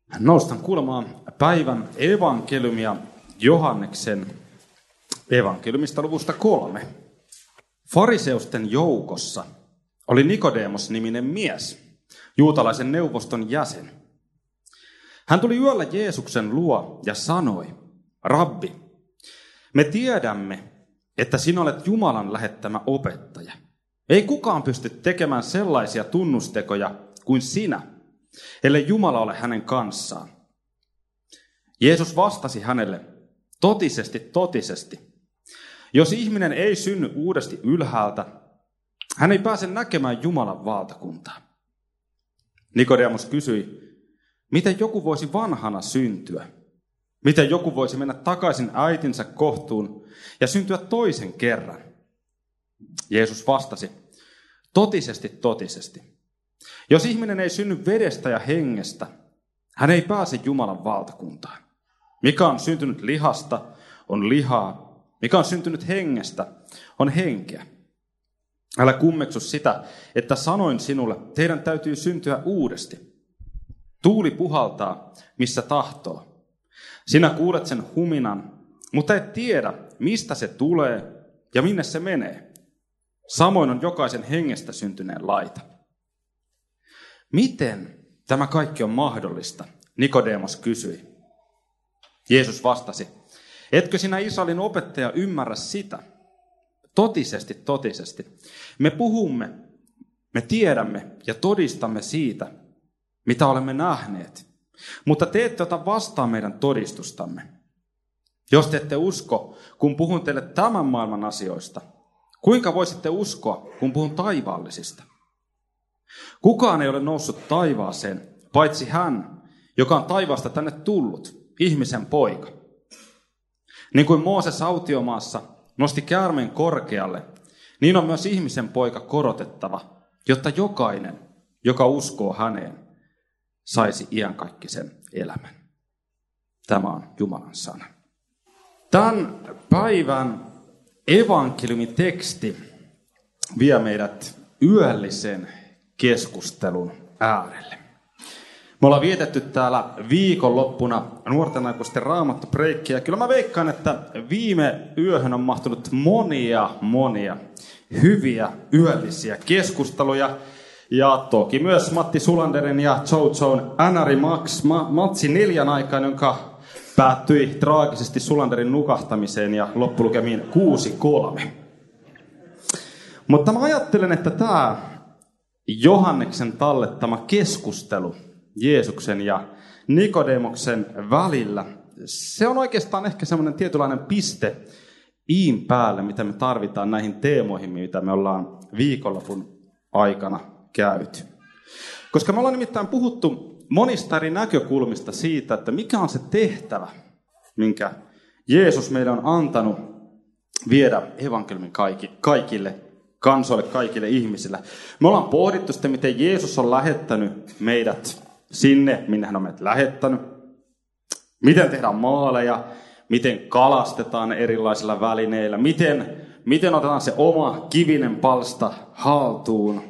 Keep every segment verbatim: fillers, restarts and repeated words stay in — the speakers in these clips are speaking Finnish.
Noustaan kuulemaan päivän evankeliumia Johanneksen evankeliumista luvusta kolme. Fariseusten joukossa oli Nikodemos-niminen mies, juutalaisen neuvoston jäsen. Hän tuli yöllä Jeesuksen luo ja sanoi, Rabbi, me tiedämme, että sinä olet Jumalan lähettämä opettaja. Ei kukaan pysty tekemään sellaisia tunnustekoja kuin sinä, ellei Jumala ole hänen kanssaan. Jeesus vastasi hänelle, totisesti, totisesti. Jos ihminen ei synny uudesti ylhäältä, hän ei pääse näkemään Jumalan valtakuntaa. Nikodemus kysyi, miten joku voisi vanhana syntyä? Miten joku voisi mennä takaisin äitinsä kohtuun ja syntyä toisen kerran? Jeesus vastasi, totisesti, totisesti. Jos ihminen ei synny vedestä ja hengestä, hän ei pääse Jumalan valtakuntaan. Mikä on syntynyt lihasta, on lihaa. Mikä on syntynyt hengestä, on henkeä. Älä kummeksu sitä, että sanoin sinulle, teidän täytyy syntyä uudesti. Tuuli puhaltaa, missä tahtoo. Sinä kuulet sen huminan, mutta et tiedä, mistä se tulee ja minne se menee. Samoin on jokaisen hengestä syntyneen laita. Miten tämä kaikki on mahdollista? Nikodemos kysyi. Jeesus vastasi, etkö sinä Israelin opettaja ymmärrä sitä? Totisesti, totisesti. Me puhumme, me tiedämme ja todistamme siitä, mitä olemme nähneet. Mutta te ette ota vastaan meidän todistustamme. Jos te ette usko, kun puhun teille tämän maailman asioista, kuinka voisitte uskoa, kun puhun taivaallisista? Kukaan ei ole noussut taivaaseen, paitsi hän, joka on taivaasta tänne tullut, ihmisen poika. Niin kuin Mooses autiomaassa nosti käärmeen korkealle, niin on myös ihmisen poika korotettava, jotta jokainen, joka uskoo häneen, saisi iankaikkisen elämän. Tämä on Jumalan sana. Tämän päivän evankeliumin teksti vie meidät yöllisen keskustelun äärelle. Me ollaan vietetty täällä viikonloppuna nuorten aikuisten raamattopreikkiä. Kyllä mä veikkaan, että viime yöhön on mahtunut monia, monia hyviä yöllisiä keskusteluja. Ja toki myös Matti Sulanderin ja Jojoon N R I Max matsi neljän aikaan, jonka päättyi traagisesti Sulanderin nukahtamiseen ja loppulukemiin kuusi kolme. Mutta mä ajattelen, että tämä Johanneksen tallettama keskustelu Jeesuksen ja Nikodemoksen välillä, se on oikeastaan ehkä semmoinen tietynlainen piste iin päälle, mitä me tarvitaan näihin teemoihin, mitä me ollaan viikonlopun aikana käyty. Koska me ollaan nimittäin puhuttu monista eri näkökulmista siitä, että mikä on se tehtävä, minkä Jeesus meille on antanut viedä evankeliumin kaikille kansoille, kaikille ihmisille. Me ollaan pohdittu sitten, miten Jeesus on lähettänyt meidät sinne, minne hän on meidät lähettänyt. Miten tehdään maaleja, miten kalastetaan erilaisilla välineillä, miten, miten otetaan se oma kivinen palsta haltuun.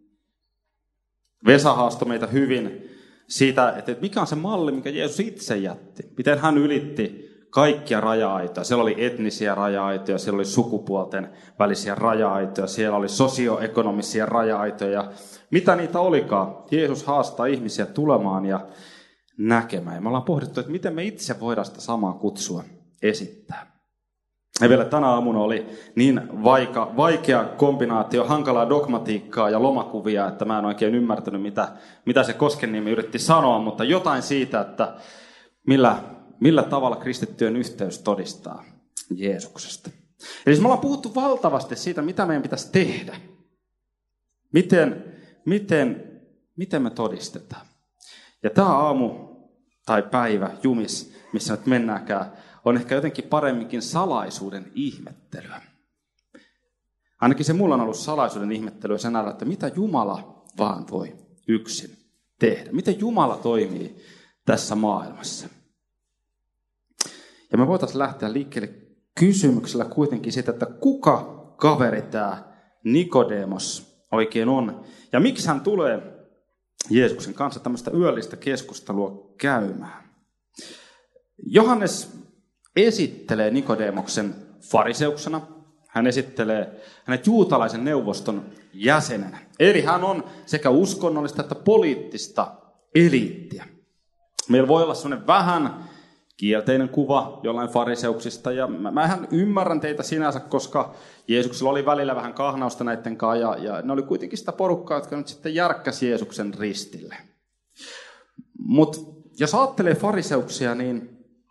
Vesa haastoi meitä hyvin siitä, että mikä on se malli, mikä Jeesus itse jätti. Miten hän ylitti kaikkia raja-aitoja. Siellä oli etnisiä raja-aitoja, siellä oli sukupuolten välisiä raja-aitoja, siellä oli sosioekonomisia raja-aitoja. Mitä niitä olikaan? Jeesus haastaa ihmisiä tulemaan ja näkemään. Ja me ollaan pohdittu, että miten me itse voidaan sitä samaa kutsua esittää. Ja vielä tänä aamuna oli niin vaika, vaikea kombinaatio, hankalaa dogmatiikkaa ja lomakuvia, että mä en oikein ymmärtänyt, mitä, mitä se Koskenniemi yritti sanoa, mutta jotain siitä, että millä, millä tavalla kristittyjen yhteys todistaa Jeesuksesta. Eli me ollaan puhuttu valtavasti siitä, mitä meidän pitäisi tehdä. Miten, miten, miten me todistetaan. Ja tämä aamu tai päivä, jumis, missä nyt mennäänkään, on ehkä jotenkin paremminkin salaisuuden ihmettelyä. Ainakin se mulla on ollut salaisuuden ihmettelyä sen alla, että mitä Jumala vaan voi yksin tehdä. Miten Jumala toimii tässä maailmassa. Ja me voitaisiin lähteä liikkeelle kysymyksellä kuitenkin siitä, että kuka kaveri tämä Nikodemos oikein on. Ja miksi hän tulee Jeesuksen kanssa tämmöistä yöllistä keskustelua käymään. Johannes esittelee Nikodemoksen fariseuksena. Hän esittelee hänet juutalaisen neuvoston jäsenenä. Eli hän on sekä uskonnollista että poliittista eliittiä. Meillä voi olla sellainen vähän kielteinen kuva jollain fariseuksista, ja mä, mä ihan ymmärrän teitä sinänsä, koska Jeesuksella oli välillä vähän kahnausta näiden kanssa, ja, ja ne oli kuitenkin sitä porukkaa, jotka nyt sitten järkkäsi Jeesuksen ristille. Mutta jos ajattelee fariseuksia, niin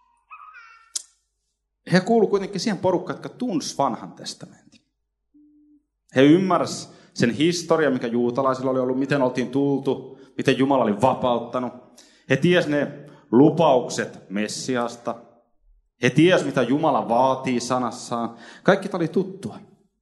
he kuuluivat kuitenkin siihen porukkaan, jotka tunsi vanhan testamentin. He ymmärsivät sen historian, mikä juutalaisilla oli ollut, miten oltiin tultu, miten Jumala oli vapauttanut. He tiesivät ne lupaukset Messiasta. He tiesivät, mitä Jumala vaatii sanassaan. Kaikki tämä oli tuttua.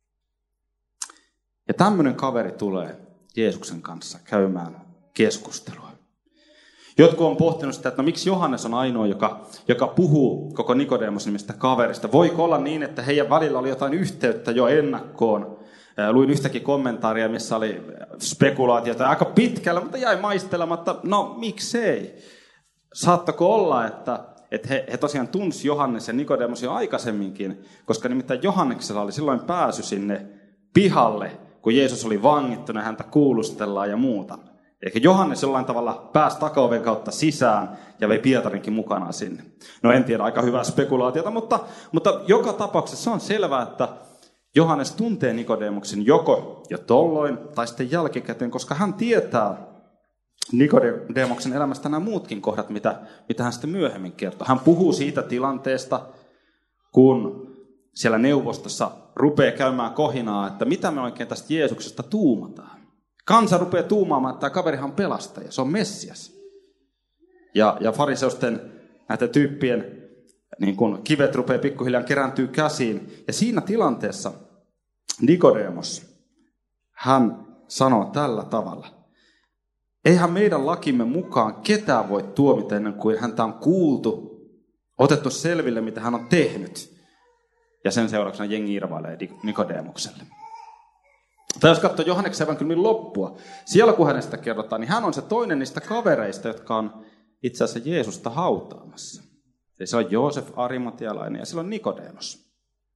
Ja tämmöinen kaveri tulee Jeesuksen kanssa käymään keskustelua. Jotkut on pohtinut sitä, että no miksi Johannes on ainoa, joka, joka puhuu koko Nikodemos-nimistä kaverista. Voiko olla niin, että heidän välillä oli jotain yhteyttä jo ennakkoon? Luin yhtäkin kommentaaria, missä oli spekulaatiota aika pitkällä, mutta jäi maistelematta. No miksei? Saattako olla, että, että he, he tosiaan tunsi Johannes ja Nikodemos jo aikaisemminkin, koska nimittäin Johanneksella oli silloin pääsy sinne pihalle, kun Jeesus oli vangittuna ja häntä kuulustellaan ja muuta. Eikä Johannes jollain tavalla pääsi takaoven kautta sisään ja vei Pietarinkin mukanaan sinne. No en tiedä, aika hyvää spekulaatiota, mutta, mutta joka tapauksessa on selvää, että Johannes tuntee Nikodemoksen joko jo tolloin tai sitten jälkikäteen, koska hän tietää Nikodemoksen elämästä nämä muutkin kohdat, mitä, mitä hän sitten myöhemmin kertoo. Hän puhuu siitä tilanteesta, kun siellä neuvostossa rupeaa käymään kohinaa, että mitä me oikein tästä Jeesuksesta tuumataan. Kansa rupeaa tuumaamaan, että tämä kaverihan on pelastaja, se on Messias. Ja, ja fariseusten näiden tyyppien niin kun kivet rupeaa pikkuhiljaa kerääntyy käsiin. Ja siinä tilanteessa Nikodemos, hän sanoo tällä tavalla. Eihän meidän lakimme mukaan ketään voi tuomita ennen kuin häntä on kuultu, otettu selville, mitä hän on tehnyt. Ja sen seurauksena jengi irvailee Nikodemokselle. Tai jos katsoo Johanneksen evankeliumin loppua, siellä kun hänestä kerrotaan, niin hän on se toinen niistä kavereista, jotka on itse asiassa Jeesusta hautaamassa. Eli siellä on Joosef Arimatialainen ja siellä on Nikodemos.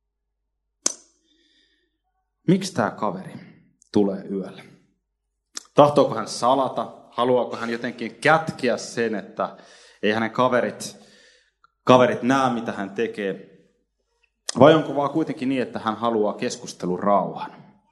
Miksi tämä kaveri tulee yöllä? Tahtooko hän salata? Haluaako hän jotenkin kätkeä sen, että ei hänen kaverit, kaverit näe, mitä hän tekee? Vai onko vaan kuitenkin niin, että hän haluaa keskustelun rauhan?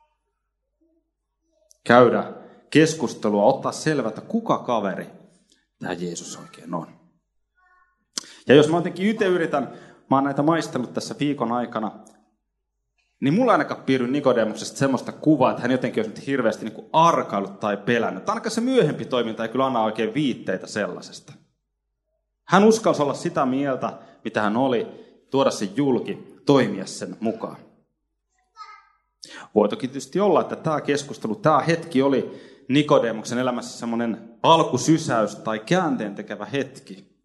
Käydä keskustelua, ottaa selvää, että kuka kaveri tämä Jeesus oikein on. Ja jos mä jotenkin itse yritän, mä oon näitä maistellut tässä viikon aikana, niin mulla ainakaan piirry Nikodemuksesta semmoista kuvaa, että hän jotenkin olisi nyt hirveästi niin kuin arkailut tai pelännyt. Ainakaan se myöhempi toiminta ei kyllä anna oikein viitteitä sellaisesta. Hän uskalsi olla sitä mieltä, mitä hän oli, tuoda sen julki, toimia sen mukaan. Voi toki tietysti olla, että tämä keskustelu, tämä hetki oli Nikodemuksen elämässä semmoinen alkusysäys tai käänteen tekevä hetki.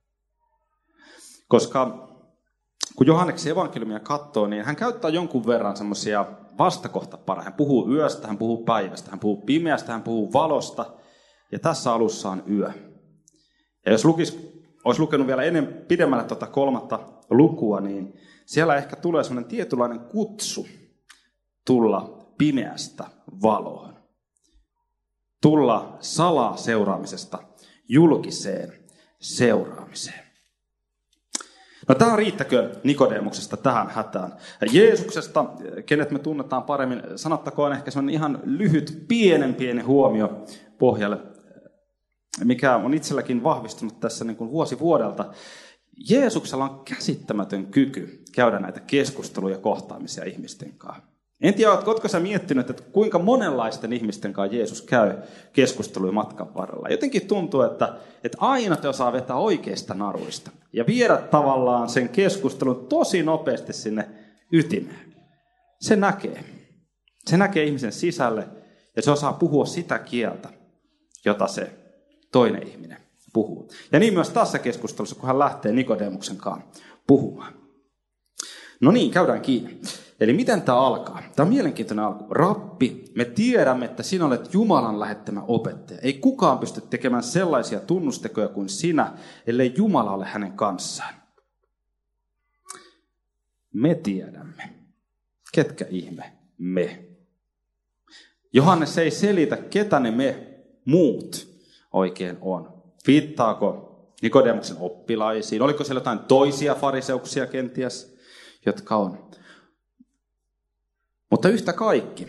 Koska kun Johanneksen evankeliumia katsoo, niin hän käyttää jonkun verran semmoisia vastakohtapareja. Hän puhuu yöstä, hän puhuu päivästä, hän puhuu pimeästä, hän puhuu valosta. Ja tässä alussa on yö. Ja jos lukis, olisi lukenut vielä ennen pidemmälle tuota kolmatta lukua, niin siellä ehkä tulee semmoinen tietynlainen kutsu tulla pimeästä valoon. Tulla salaa seuraamisesta julkiseen seuraamiseen. No tämä riittäkö Nikodemuksesta tähän hätään? Jeesuksesta, kenet me tunnetaan paremmin, sanottakoon ehkä semmoinen ihan lyhyt, pienen pieni huomio pohjalle, mikä on itselläkin vahvistunut tässä niin kuin vuosi vuodelta. Jeesuksella on käsittämätön kyky käydä näitä keskusteluja, kohtaamisia ihmisten kanssa. En tiedä, oletko sä miettinyt, että kuinka monenlaisten ihmisten kanssa Jeesus käy keskusteluja matkan varrella. Jotenkin tuntuu, että, että aina te osaa vetää oikeista naruista ja viedä tavallaan sen keskustelun tosi nopeasti sinne ytimeen. Se näkee. Se näkee ihmisen sisälle ja se osaa puhua sitä kieltä, jota se toinen ihminen puhuu. Ja niin myös tässä keskustelussa, kun hän lähtee Nikodemuksen kanssa puhumaan. No niin, käydään kiinni. Eli miten tämä alkaa? Tämä on mielenkiintoinen alku. Rabbi, me tiedämme, että sinä olet Jumalan lähettämä opettaja. Ei kukaan pysty tekemään sellaisia tunnustekoja kuin sinä, ellei Jumala ole hänen kanssaan. Me tiedämme. Ketkä ihme? Me. Johannes ei selitä, ketä ne me muut oikein on. Viittaako Nikodemuksen oppilaisiin? Oliko siellä jotain toisia fariseuksia kenties, jotka on? Mutta yhtä kaikki,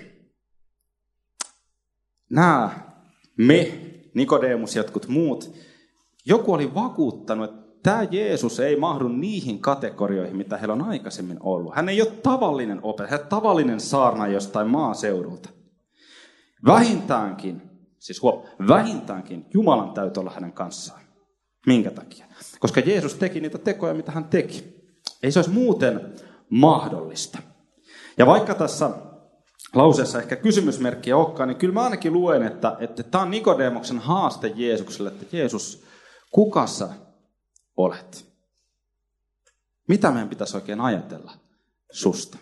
nämä me, Nikodemus ja jotkut muut, joku oli vakuuttanut, että tämä Jeesus ei mahdu niihin kategorioihin, mitä heillä on aikaisemmin ollut. Hän ei ole tavallinen opettaja, hän on tavallinen saarnaaja jostain maaseudulta. Vähintäänkin, siis huom, vähintäänkin Jumalan täytyy olla hänen kanssaan. Minkä takia? Koska Jeesus teki niitä tekoja, mitä hän teki. Ei se olisi muuten mahdollista. Ja vaikka tässä lauseessa ehkä kysymysmerkkiä olekaan, niin kyllä mä ainakin luen, että, että tämä on Nikodemuksen haaste Jeesukselle, että Jeesus, kuka sä olet? Mitä meidän pitäisi oikein ajatella susta?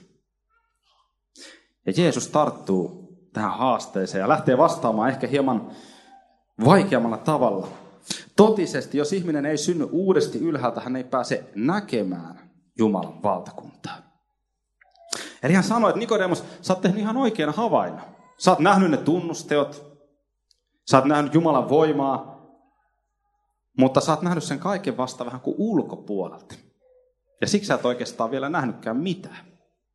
Ja Jeesus tarttuu tähän haasteeseen ja lähtee vastaamaan ehkä hieman vaikeammalla tavalla. Totisesti, jos ihminen ei synny uudesti ylhäältä, hän ei pääse näkemään Jumalan valtakuntaa. Eli hän sanoi, että Nikodemus, sä oot tehnyt ihan oikean havainnon. Sä oot nähnyt ne tunnusteot, sä oot nähnyt Jumalan voimaa, mutta sä oot nähnyt sen kaiken vasta vähän kuin ulkopuolelta. Ja siksi sä et oikeastaan vielä nähnytkään mitään.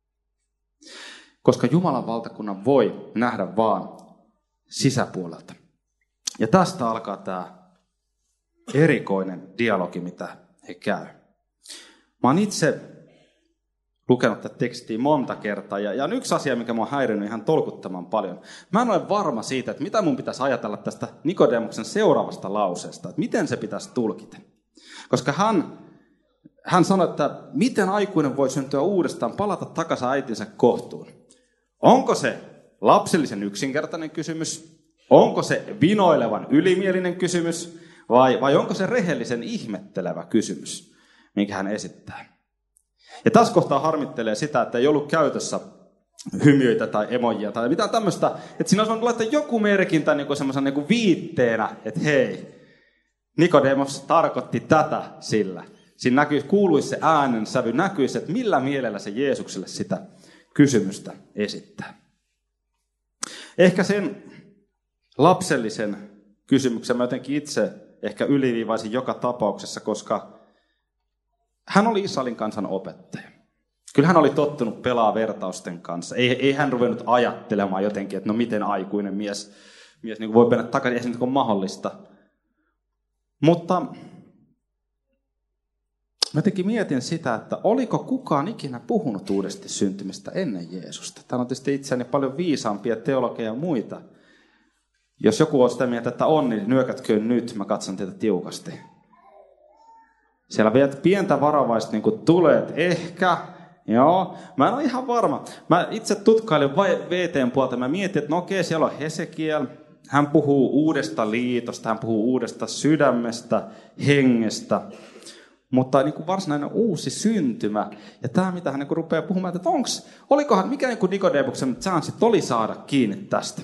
Koska Jumalan valtakunnan voi nähdä vaan sisäpuolelta. Ja tästä alkaa tämä erikoinen dialogi, mitä he käy. Mä oon itse lukenut tätä tekstiä monta kertaa, ja, ja on yksi asia, mikä mua on häirinyt ihan tolkuttoman paljon. Mä en ole varma siitä, että mitä mun pitäisi ajatella tästä Nikodemuksen seuraavasta lauseesta, että miten se pitäisi tulkita. Koska hän, hän sanoi, että miten aikuinen voi syntyä uudestaan, palata takaisin äitinsä kohtuun. Onko se lapsellisen yksinkertainen kysymys? Onko se vinoilevan ylimielinen kysymys? Vai, vai onko se rehellisen ihmettelevä kysymys, minkä hän esittää? Ja tässä kohtaa harmittelee sitä, että ei ollut käytössä hymyitä tai emojia tai mitään tämmöistä, että siinä olisi voinut laittaa joku merkintä niin kuin semmoisen niin kuin viitteenä, että hei, Nikodemus tarkoitti tätä sillä. Siinä näkyy, kuuluisi se äänensävy, näkyisi, että millä mielellä se Jeesukselle sitä kysymystä esittää. Ehkä sen lapsellisen kysymyksen mä jotenkin itse ehkä yliviivaisin joka tapauksessa, koska hän oli Israelin kansan opettaja. Kyllä hän oli tottunut pelaa vertausten kanssa. Ei, ei hän ruvennut ajattelemaan jotenkin, että no miten aikuinen mies, mies niin voi mennä takaisin, ei se nyt ole mahdollista. Mutta mä jotenkin mietin sitä, että oliko kukaan ikinä puhunut uudesti syntymistä ennen Jeesusta. Täällä on tietysti itseäni paljon viisaampia teologeja ja muita. Jos joku on sitä mieltä, että on, niin nyökätköön nyt, mä katson teitä tiukasti. Siellä vielä pientä varovaista niin kuin tulee, että ehkä, joo, mä en ole ihan varma. Mä itse tutkailin V T:n puolta, mä mietin, että no okei, siellä on Hesekiel, hän puhuu uudesta liitosta, hän puhuu uudesta sydämestä, hengestä, mutta niin kuin varsinainen uusi syntymä. Ja tämä, mitä hän niin kuin rupeaa puhumaan, että onks, olikohan, mikä niin kuin Nikodemuksen chanssit oli saada kiinni tästä?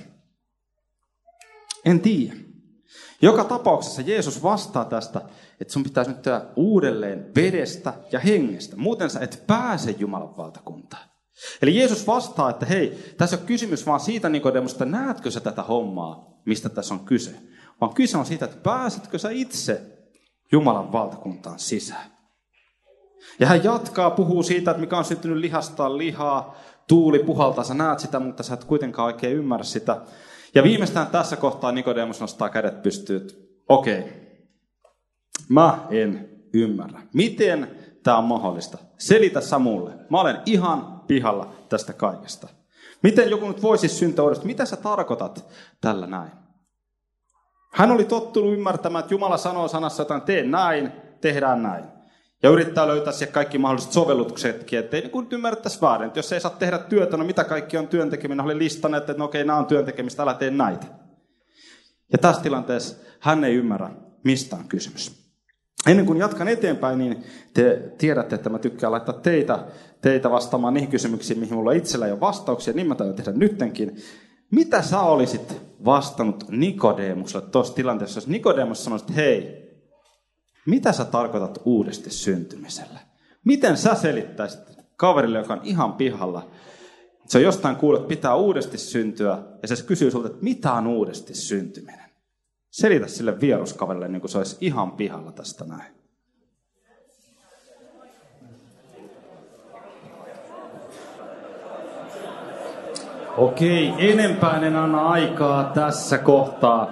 En tiedä. Joka tapauksessa Jeesus vastaa tästä, että sun pitäisi nyt tehdä uudelleen vedestä ja hengestä. Muuten sä et pääse Jumalan valtakuntaan. Eli Jeesus vastaa, että hei, tässä on kysymys vaan siitä, Nikodemusta, näetkö sä tätä hommaa, mistä tässä on kyse? Vaan kyse on siitä, että pääsetkö sä itse Jumalan valtakuntaan sisään. Ja hän jatkaa, puhuu siitä, että mikä on syntynyt lihasta lihaa, tuuli puhaltaa, sä näet sitä, mutta sä et kuitenkaan oikein ymmärrä sitä. Ja viimeistään tässä kohtaa Nikodemus nostaa kädet pystyyn, että okei, okay, mä en ymmärrä. Miten tämä on mahdollista? Selitä sä mulle. Mä olen ihan pihalla tästä kaikesta. Miten joku nyt voisi syntyä uudestaan? Mitä sä tarkoitat tällä näin? Hän oli tottunut ymmärtämään, että Jumala sanoo sanassa jotain, tee näin, tehdään näin. Ja yrittää löytää siihen kaikki mahdolliset sovellutuksetkin, ettei niin ymmärrettäisi väärin. Jos ei saa tehdä työtä, no mitä kaikki on työntekeminen, oli listanneet, että no okei, nämä on työntekemistä, älä tee näitä. Ja tässä tilanteessa hän ei ymmärrä, mistä on kysymys. Ennen kuin jatkan eteenpäin, niin te tiedätte, että mä tykkään laittaa teitä, teitä vastaamaan niihin kysymyksiin, mihin mulla itsellä ei ole vastauksia, niin mä täytyy tehdä nyttenkin. Mitä sä olisit vastannut Nikodeemukselle tuossa tilanteessa, jos Nikodemus sanoisi, että hei, mitä sä tarkoitat uudesti syntymisellä? Miten sä selittäisit kaverille, joka on ihan pihalla? Se on jostain kuullut, että pitää uudesti syntyä, ja se kysyy sulta, että mitä on uudesti syntyminen? Selitä sille vieruskaverille, niin kuin se olisi ihan pihalla tästä näin. Okei, enempää en anna aikaa tässä kohtaa.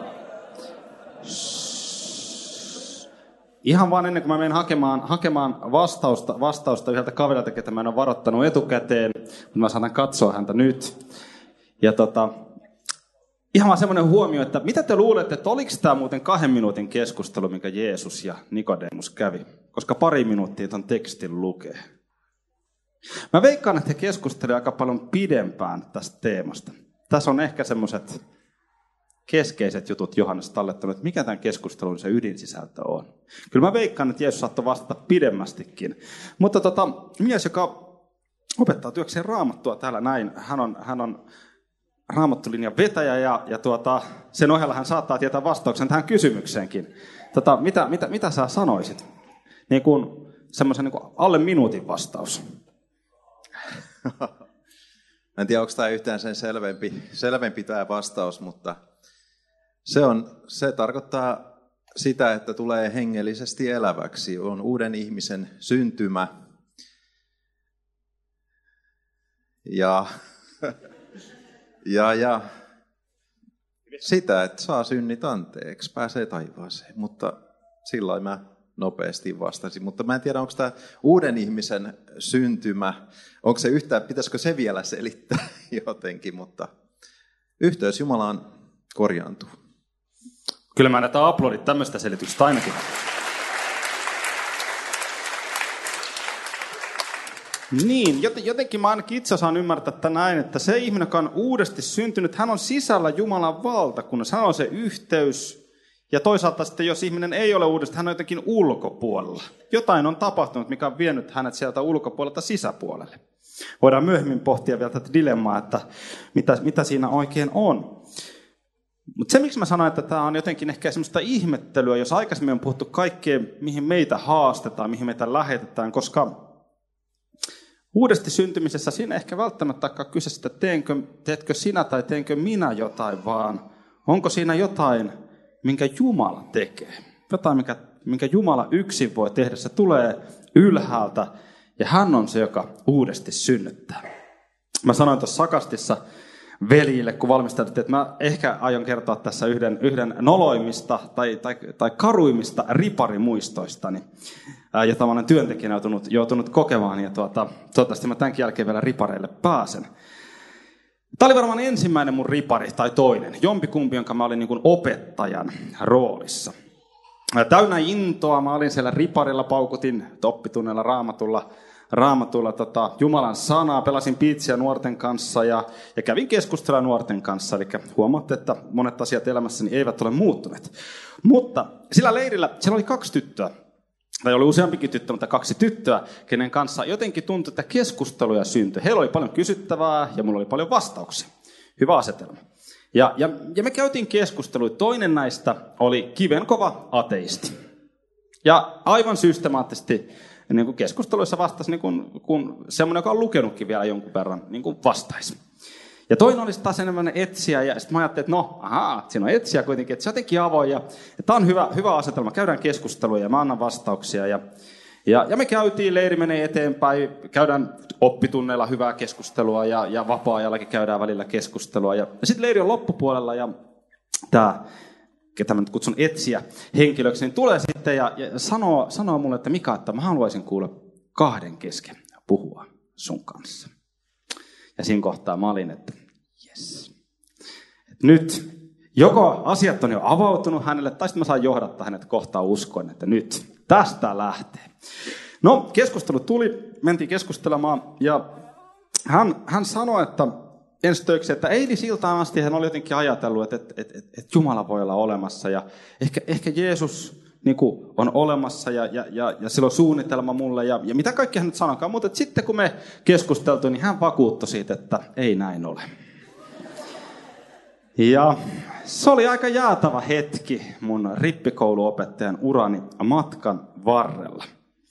Ihan vaan ennen kuin mä menen hakemaan, hakemaan vastausta, vastausta yhdeltä kaverilta, ketä mä en ole varoittanut etukäteen, mutta mä saatan katsoa häntä nyt. Ja tota, ihan vaan semmoinen huomio, että mitä te luulette, että oliko tämä muuten kahden minuutin keskustelu, minkä Jeesus ja Nikodemus kävi? Koska pari minuuttia ton tekstin lukee. Mä veikkaan, että he keskustelivat aika paljon pidempään tästä teemasta. Tässä on ehkä semmoiset keskeiset jutut Johannes tallettanut, että mikä tämän keskustelun se ydinsisältö on. Kyllä mä veikkaan, että Jeesus saattoi vastata pidemmästikin. Mutta tota, mies, joka opettaa työkseen raamattua täällä näin, hän on, hän on raamattulinjan vetäjä ja, ja tuota, sen ohella hän saattaa tietää vastauksen tähän kysymykseenkin. Tota, mitä, mitä, mitä sä sanoisit? Niin kuin semmoisen niin kuin alle minuutin vastaus. En tiedä, onko tämä yhtään sen selvempi, selvempi tämä vastaus, mutta se, on, se tarkoittaa sitä, että tulee hengellisesti eläväksi. On uuden ihmisen syntymä. Ja, ja, ja sitä, että saa synnit anteeksi, pääsee taivaaseen. Mutta sillä mä nopeasti vastasin. Mutta mä en tiedä, onko tämä uuden ihmisen syntymä, onko se yhtään, pitäisikö se vielä selittää jotenkin, mutta yhteys Jumalaan korjaantuu. Kyllä mä näytän aplodit tämmöistä selityksestä ainakin. Niin, jotenkin mä ainakin itse saan ymmärtää että näin, että se ihminen, joka on uudesti syntynyt, hän on sisällä Jumalan valtakunnassa, hän on se yhteys. Ja toisaalta sitten, jos ihminen ei ole uudesti, hän on jotenkin ulkopuolella. Jotain on tapahtunut, mikä on vienyt hänet sieltä ulkopuolelta sisäpuolelle. Voidaan myöhemmin pohtia vielä tätä dilemmaa, että mitä, mitä siinä oikein on. Mutta se, miksi mä sanoin, että tämä on jotenkin ehkä semmoista ihmettelyä, jos aikaisemmin on puhuttu kaikkeen, mihin meitä haastetaan, mihin meitä lähetetään, koska uudesti syntymisessä siinä ehkä välttämättä ole kyse sitä, teenkö, teetkö sinä tai teenkö minä jotain, vaan onko siinä jotain, minkä Jumala tekee. Jotain, minkä, minkä Jumala yksin voi tehdä. Se tulee ylhäältä ja hän on se, joka uudesti synnyttää. Mä sanoin tuossa Sakastissa veljille, kun valmisteltiin, että mä ehkä aion kertoa tässä yhden, yhden noloimista tai, tai, tai karuimmista riparimuistoistani, jota mä olen työntekijänä joutunut, joutunut kokemaan. Ja tuota, toivottavasti mä tämänkin jälkeen vielä ripareille pääsen. Tämä oli varmaan ensimmäinen mun ripari, tai toinen, jompikumpi, jonka mä olin niin kuin opettajan roolissa. Täynnä intoa, mä olin siellä riparilla, paukutin oppitunnella raamatulla, raamatulla tota, Jumalan sanaa, pelasin piitsiä nuorten kanssa ja, ja kävin keskustelua nuorten kanssa. Eli huomaatte, että monet asiat elämässäni eivät ole muuttuneet. Mutta sillä leirillä, siellä oli kaksi tyttöä. Tai oli useampikin tyttö, mutta kaksi tyttöä, kenen kanssa jotenkin tuntui, että keskusteluja syntyi. Heillä oli paljon kysyttävää ja mulla oli paljon vastauksia. Hyvä asetelma. Ja, ja, ja me käytiin keskusteluja. Toinen näistä oli kivenkova ateisti. Ja aivan systemaattisesti niin kuin keskusteluissa vastasi, niin kuin, kun semmoinen, joka on lukenutkin vielä jonkun verran, niin kuin vastaisi. Ja toinen olisi taas enemmän etsiä, ja sitten mä ajattelin, että no, ahaa, siinä on etsiä kuitenkin, että se on jotenkin avoin, ja tämä on hyvä, hyvä asetelma, käydään keskusteluja, ja mä annan vastauksia, ja, ja, ja me käytiin, leiri menee eteenpäin, käydään oppitunneilla hyvää keskustelua, ja, ja vapaa-ajallakin käydään välillä keskustelua, ja, ja sitten leiri on loppupuolella, ja tämä, ketä mä nyt kutsun etsiä henkilöksi, niin tulee sitten ja, ja sanoo, sanoo mulle, että Mika, että mä haluaisin kuulla kahden kesken puhua sun kanssa. Ja siinä kohtaa mä olin, että jes. Nyt joko asiat on jo avautunut hänelle, tai sitten mä saan johdattaa hänet kohtaan uskoen, että nyt tästä lähtee. No, keskustelu tuli, mentiin keskustelemaan, ja hän, hän sanoi, että ensi töiksi, että eilisiltaan asti hän oli jotenkin ajatellut, että, että, että, että Jumala voi olla olemassa, ja ehkä, ehkä Jeesus niin kuin on olemassa ja, ja, ja, ja sillä on suunnitelma mulle ja, ja mitä kaikki hän nyt sanokaan. Mutta sitten kun me keskusteltiin, niin hän vakuuttui siitä, että ei näin ole. Ja se oli aika jäätävä hetki mun rippikouluopettajan urani matkan varrella.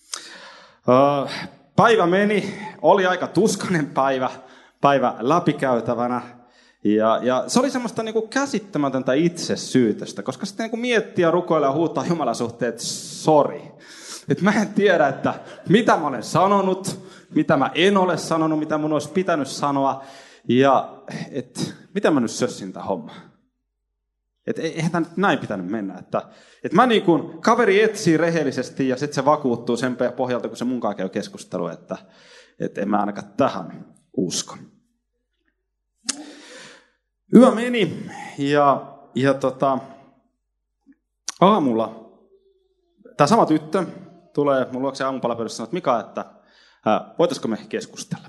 Päivä meni, oli aika tuskainen päivä, päivä läpikäytävänä. Ja, ja se oli semmoista niin kuin käsittämätöntä itsesyytöstä, koska sitten niin kuin miettii ja rukoilee ja huutaa Jumalan suhteen, että sori. Että mä en tiedä, että mitä mä olen sanonut, mitä mä en ole sanonut, mitä mun olisi pitänyt sanoa. Ja että mitä mä nyt sössin tämän homman. Että eihän tämä nyt näin pitänyt mennä. Että, että mä niin kuin, kaveri etsii rehellisesti ja sitten se vakuuttuu sen pohjalta, kun se munkaan käy keskustelua, että, että en mä ainakaan tähän usko. Yö meni ja, ja tota, aamulla tämä sama tyttö tulee mun luokse aamupalapöydässä ja sanoo, että Mika, että ää, voitaisiko me keskustella.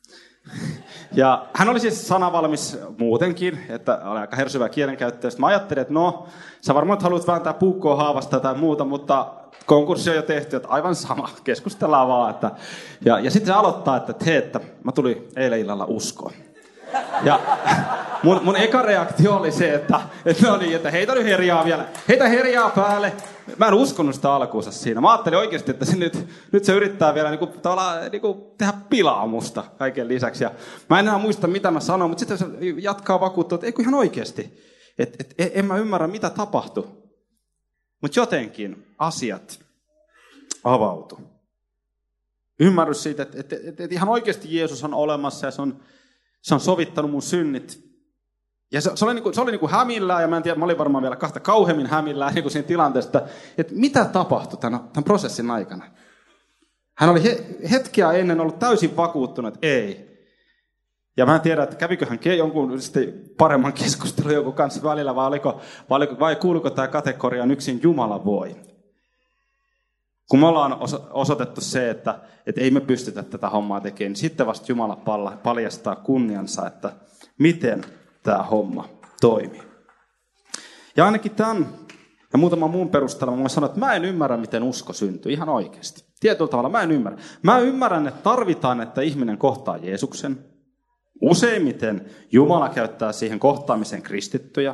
Ja hän oli siis sanavalmis muutenkin, että oli aika hersyvä kielenkäyttö. Sitten mä ajattelin, että no, sä varmaan haluat vääntää puukkoa haavasta tai muuta, mutta konkurssi on jo tehty, että aivan sama, keskustellaan vaan. Että, ja, ja sitten se aloittaa, että hei, että mä tulin eilen illalla uskoon. Ja mun, mun eka reaktio oli se, että, että no niin, että heitä nyt herjaa vielä, heitä herjaa päälle. Mä en uskonut sitä alkuunsa siinä. Mä ajattelin oikeasti, että se nyt, nyt se yrittää vielä niin kuin, niin kuin tehdä pilaa musta kaiken lisäksi. Ja mä en enää muista, mitä mä sanoin, mutta sitten se jatkaa vakuuttua, että eikö ihan oikeasti. Että et, en mä ymmärrä, mitä tapahtui. Mutta jotenkin asiat avautu. Ymmärrys siitä, että et, et, et ihan oikeasti Jeesus on olemassa ja se on, se on sovittanut mun synnit. Ja se, se oli, niinku, se oli niinku hämillään, ja mä en tiedä, mä olin varmaan vielä kahta kauheammin hämillään niinku siinä tilanteesta, että mitä tapahtui tämän, tämän prosessin aikana. Hän oli he, hetkeä ennen ollut täysin vakuuttunut, että ei. Ja mä en tiedä, että käviköhän jonkun paremman keskustelun jonkun kanssa välillä, vai, oliko, vai, oliko, vai kuuluiko tämä kategoriaan yksin Jumala voi. Kun me ollaan osoitettu se, että, että ei me pystytä tätä hommaa tekemään, niin sitten vasta Jumala paljastaa kunniansa, että miten tämä homma toimii. Ja ainakin tämän ja muutaman muun perusteella mä sanon, että mä en ymmärrä, miten usko syntyy ihan oikeasti. Tietyllä tavalla mä en ymmärrä. Mä ymmärrän, että tarvitaan, että ihminen kohtaa Jeesuksen. Useimmiten Jumala käyttää siihen kohtaamiseen kristittyjä.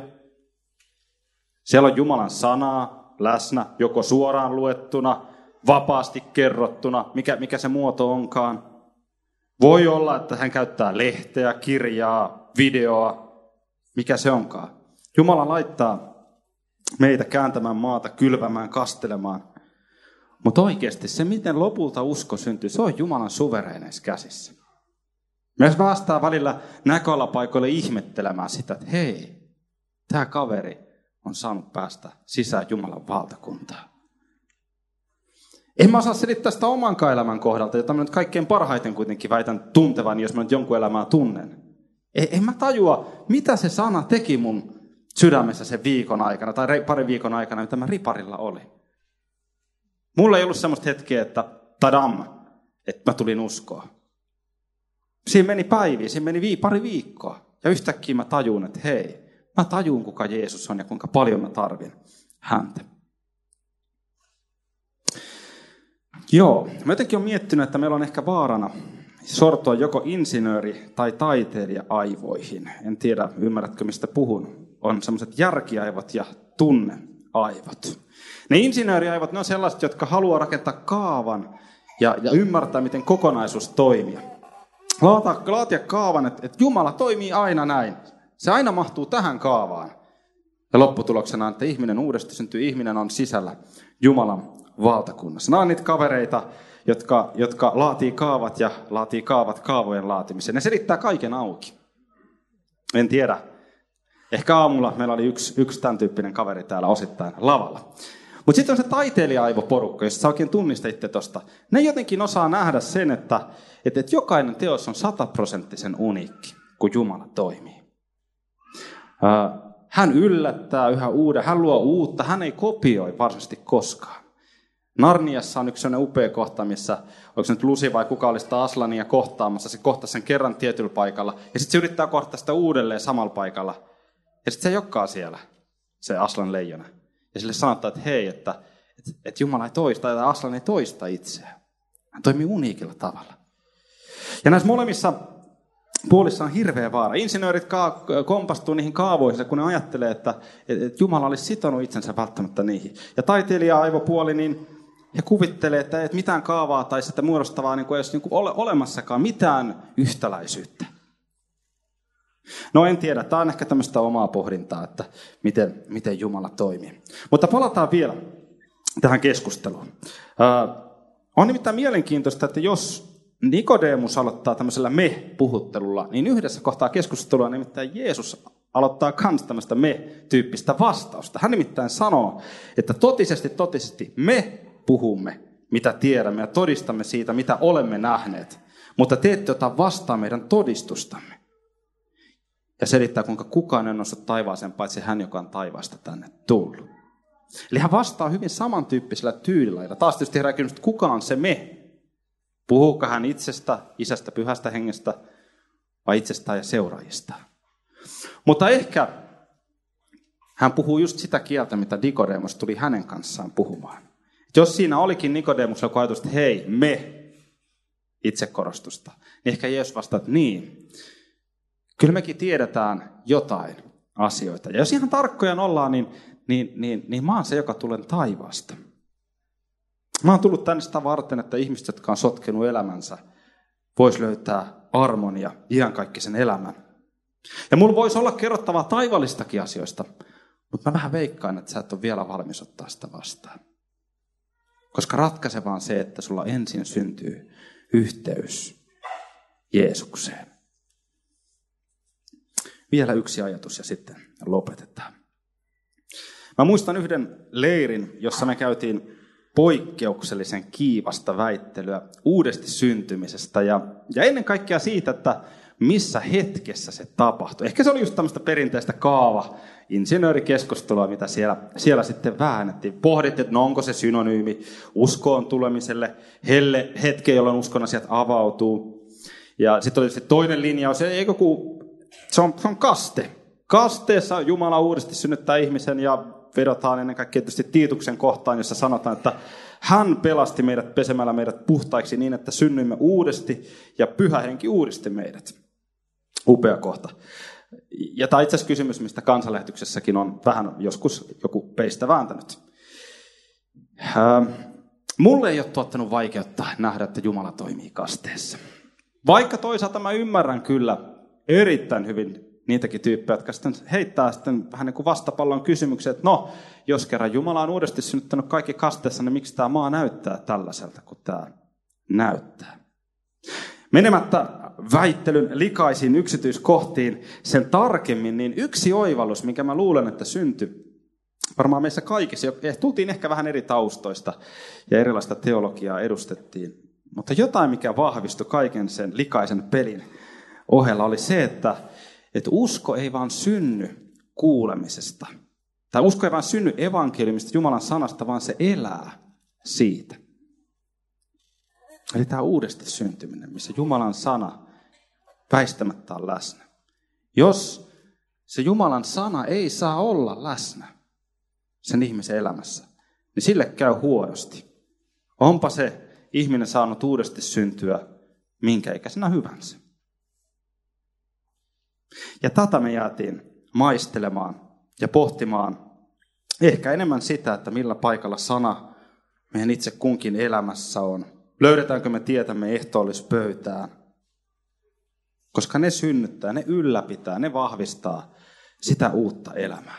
Siellä on Jumalan sanaa läsnä, joko suoraan luettuna, vapaasti kerrottuna, mikä, mikä se muoto onkaan. Voi olla, että hän käyttää lehteä, kirjaa, videoa, mikä se onkaan. Jumala laittaa meitä kääntämään maata, kylvämään, kastelemaan. Mutta oikeasti se, miten lopulta usko syntyy, se on Jumalan suvereineissa käsissä. Me päästään välillä näköalapaikoille ihmettelemään sitä, että hei, tämä kaveri on saanut päästä sisään Jumalan valtakuntaan. En mä osaa selittää sitä omankaan elämän kohdalta, jota mä nyt kaikkein parhaiten kuitenkin väitän tuntevani, jos mä nyt jonkun elämää tunnen. En mä tajua, mitä se sana teki mun sydämessä sen viikon aikana, tai parin viikon aikana, mitä mä riparilla oli. Mulla ei ollut semmoista hetkeä, että tadam, että mä tulin uskoa. Siinä meni päiviä, siinä meni vii, pari viikkoa. Ja yhtäkkiä mä tajun, että hei, mä tajun kuka Jeesus on ja kuinka paljon mä tarvin häntä. Joo, mä jotenkin olen miettinyt, että meillä on ehkä vaarana sortua joko insinööri- tai taiteilija-aivoihin. En tiedä, ymmärrätkö mistä puhun. On semmoiset järkiaivot ja tunneaivot. Ne insinööriaivot, ne on sellaiset, jotka haluaa rakentaa kaavan ja, ja ymmärtää, miten kokonaisuus toimii. Laata, laatia kaavan, että, että Jumala toimii aina näin. Se aina mahtuu tähän kaavaan. Ja lopputuloksena on, että ihminen uudesti syntyy, ihminen on sisällä Jumalan valtakunnassa. Nämä on niitä kavereita, jotka, jotka laatii kaavat ja laatii kaavat kaavojen laatimisen. Ne selittää kaiken auki. En tiedä. Ehkä aamulla meillä oli yksi, yksi tämän tyyppinen kaveri täällä osittain lavalla. Mutta sitten on se taiteilija-aivoporukka, jos sä oikein tunnistat itse tuosta. Ne jotenkin osaa nähdä sen, että, että, että jokainen teos on sataprosenttisen uniikki, kun Jumala toimii. Hän yllättää yhä uuden, hän luo uutta, hän ei kopioi varsinaisesti koskaan. Narniassa on yksi sellainen upea kohta, missä, onko se nyt Lusi vai kuka oli sitä Aslania kohtaamassa, se kohtasi sen kerran tietyllä paikalla, ja sitten se yrittää kohtaa sitä uudelleen samalla paikalla, ja sitten se ei olekaan siellä, se Aslan leijona. Ja sille sanotaan, että hei, että, että, että Jumala ei toista, tai Aslan ei toista itseään. Hän toimii uniikilla tavalla. Ja näissä molemmissa puolissa on hirveä vaara. Insinöörit kompastuu niihin kaavoihin, kun ne ajattelee, että, että Jumala olisi sitonut itsensä välttämättä niihin. Ja taiteilija-aivopuoli, niin he kuvittelee, että ei mitään kaavaa tai sitä muodostavaa niin kuin ei olisi niin kuin ole olemassakaan mitään yhtäläisyyttä. No en tiedä, tämä on ehkä tämmöistä omaa pohdintaa, että miten, miten Jumala toimii. Mutta palataan vielä tähän keskusteluun. Äh, on nimittäin mielenkiintoista, että jos Nikodemus aloittaa tämmöisellä me-puhuttelulla, niin yhdessä kohtaa keskustelua nimittäin Jeesus aloittaa myös tämmöistä me-tyyppistä vastausta. Hän nimittäin sanoo, että totisesti, totisesti me puhumme, mitä tiedämme ja todistamme siitä, mitä olemme nähneet. Mutta te ette ota vastaan meidän todistustamme. Ja selittää, kuinka kukaan ei nosta taivaaseen, paitsi hän, joka on taivaasta tänne tullut. Eli hän vastaa hyvin samantyyppisellä tyylillä. Ja taas tietysti herää kysymys, että kuka on se me? Puhuuko hän itsestä, isästä, pyhästä hengestä vai itsestään ja seuraajista? Mutta ehkä hän puhuu just sitä kieltä, mitä Nikodemus tuli hänen kanssaan puhumaan. Jos siinä olikin Nikodemuksella kun ajatus, että hei, me, itsekorostusta, niin ehkä Jeesus vastaa, että niin, kyllä mekin tiedetään jotain asioita. Ja jos ihan tarkkoja ollaan, niin, niin, niin, niin mä oon se, joka tulen taivaasta. Mä oon tullut tänne sitä varten, että ihmiset, jotka on sotkenut elämänsä, vois löytää armon ja iankaikkisen elämän. Ja mulla voisi olla kerrottavaa taivallistakin asioista, mutta mä vähän veikkaan, että sä et ole vielä valmis ottaa sitä vastaan. Koska ratkaisevaa on se, että sulla ensin syntyy yhteys Jeesukseen. Vielä yksi ajatus ja sitten lopetetaan. Mä muistan yhden leirin, jossa me käytiin poikkeuksellisen kiivasta väittelyä uudesti syntymisestä ja, ja ennen kaikkea siitä, että missä hetkessä se tapahtui. Ehkä se oli just tämmöistä perinteistä kaava, insinöörikeskustelua, mitä siellä, siellä sitten väännettiin. Pohdittiin, että no onko se synonyymi uskoon tulemiselle, helle hetke, jolloin uskon asiat avautuu. Ja sitten oli se toinen linjaus, eikö kun se on, se on kaste. Kasteessa Jumala uudesti synnyttää ihmisen ja vedotaan ennen kaikkea tietysti Tiituksen kohtaan, jossa sanotaan, että hän pelasti meidät pesemällä meidät puhtaiksi niin, että synnyimme uudesti ja Pyhä Henki uudisti meidät. Upea kohta. Ja tämä itse asiassa kysymys, mistä Kansanlähetyksessäkin on vähän joskus joku peistä vääntänyt. Ähm, mulle ei ole tuottanut vaikeutta nähdä, että Jumala toimii kasteessa. Vaikka toisaalta mä ymmärrän kyllä erittäin hyvin niitäkin tyyppejä, jotka sitten heittää sitten vähän niin kuin vastapallon kysymyksiä, että no, jos kerran Jumala on uudesti synnyttänyt kaikki kasteessa, niin miksi tämä maa näyttää tällaiselta kuin tämä näyttää? Menemättä väittelyn likaisiin yksityiskohtiin sen tarkemmin, niin yksi oivallus, minkä mä luulen, että syntyi varmaan meissä kaikissa, tultiin ehkä vähän eri taustoista ja erilaista teologiaa edustettiin, mutta jotain, mikä vahvistui kaiken sen likaisen pelin ohella, oli se, että Että usko ei vaan synny kuulemisesta. Tai usko ei vaan synny evankeliumista, Jumalan sanasta, vaan se elää siitä. Eli tämä uudesti syntyminen, missä Jumalan sana väistämättä on läsnä. Jos se Jumalan sana ei saa olla läsnä sen ihmisen elämässä, niin sille käy huonosti. Onpa se ihminen saanut uudesti syntyä minkä ikäisenä hyvänsä. Ja tätä me jäätiin maistelemaan ja pohtimaan ehkä enemmän sitä, että millä paikalla sana meidän itse kunkin elämässä on. Löydetäänkö me tietämme ehtoollispöytään? Koska ne synnyttää, ne ylläpitää, ne vahvistaa sitä uutta elämää.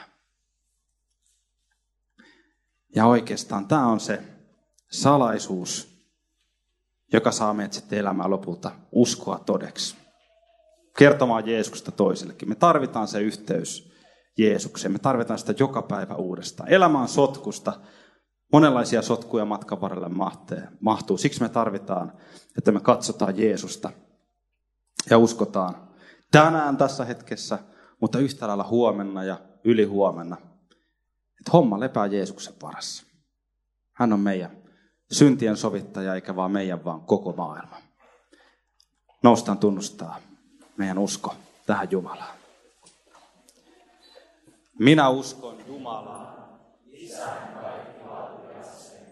Ja oikeastaan tämä on se salaisuus, joka saa meidät sitten elämään lopulta uskoa todeksi. Kertomaan Jeesuksesta toisillekin. Me tarvitaan se yhteys Jeesukseen. Me tarvitaan sitä joka päivä uudestaan. Elämä on sotkusta. Monenlaisia sotkuja matkan varrelle mahtuu. Siksi me tarvitaan, että me katsotaan Jeesusta ja uskotaan tänään tässä hetkessä, mutta yhtä lailla huomenna ja ylihuomenna. Että homma lepää Jeesuksen varassa. Hän on meidän syntien sovittaja, eikä vaan meidän, vaan koko maailma. Noustaan tunnustaa meidän usko tähän Jumalaan. Minä uskon Jumalaan, Isän kaikkivaltiaisen,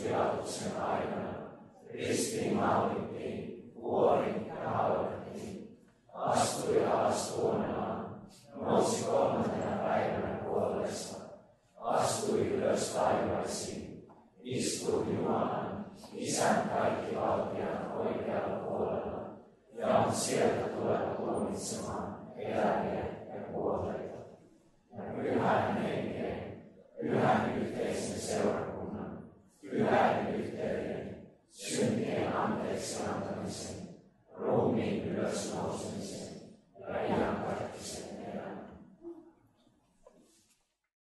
pilatuksen aikana ristiin naulittiin, kuori ja haudattiin, astui alas kuunnellaan, nousi kolmantena päivänä kuolleesta, astui ylös taivaisiin, istui Jumalan, Isän kaikki valtian oikealla puolella, ja on sieltä tuleva tuomitsemaan eläviä ja kuolleita. Ja pyhän henkeen, pyhän yhteisen seurakunnan, pyhän yhteyden, syntien anteeksi antamisen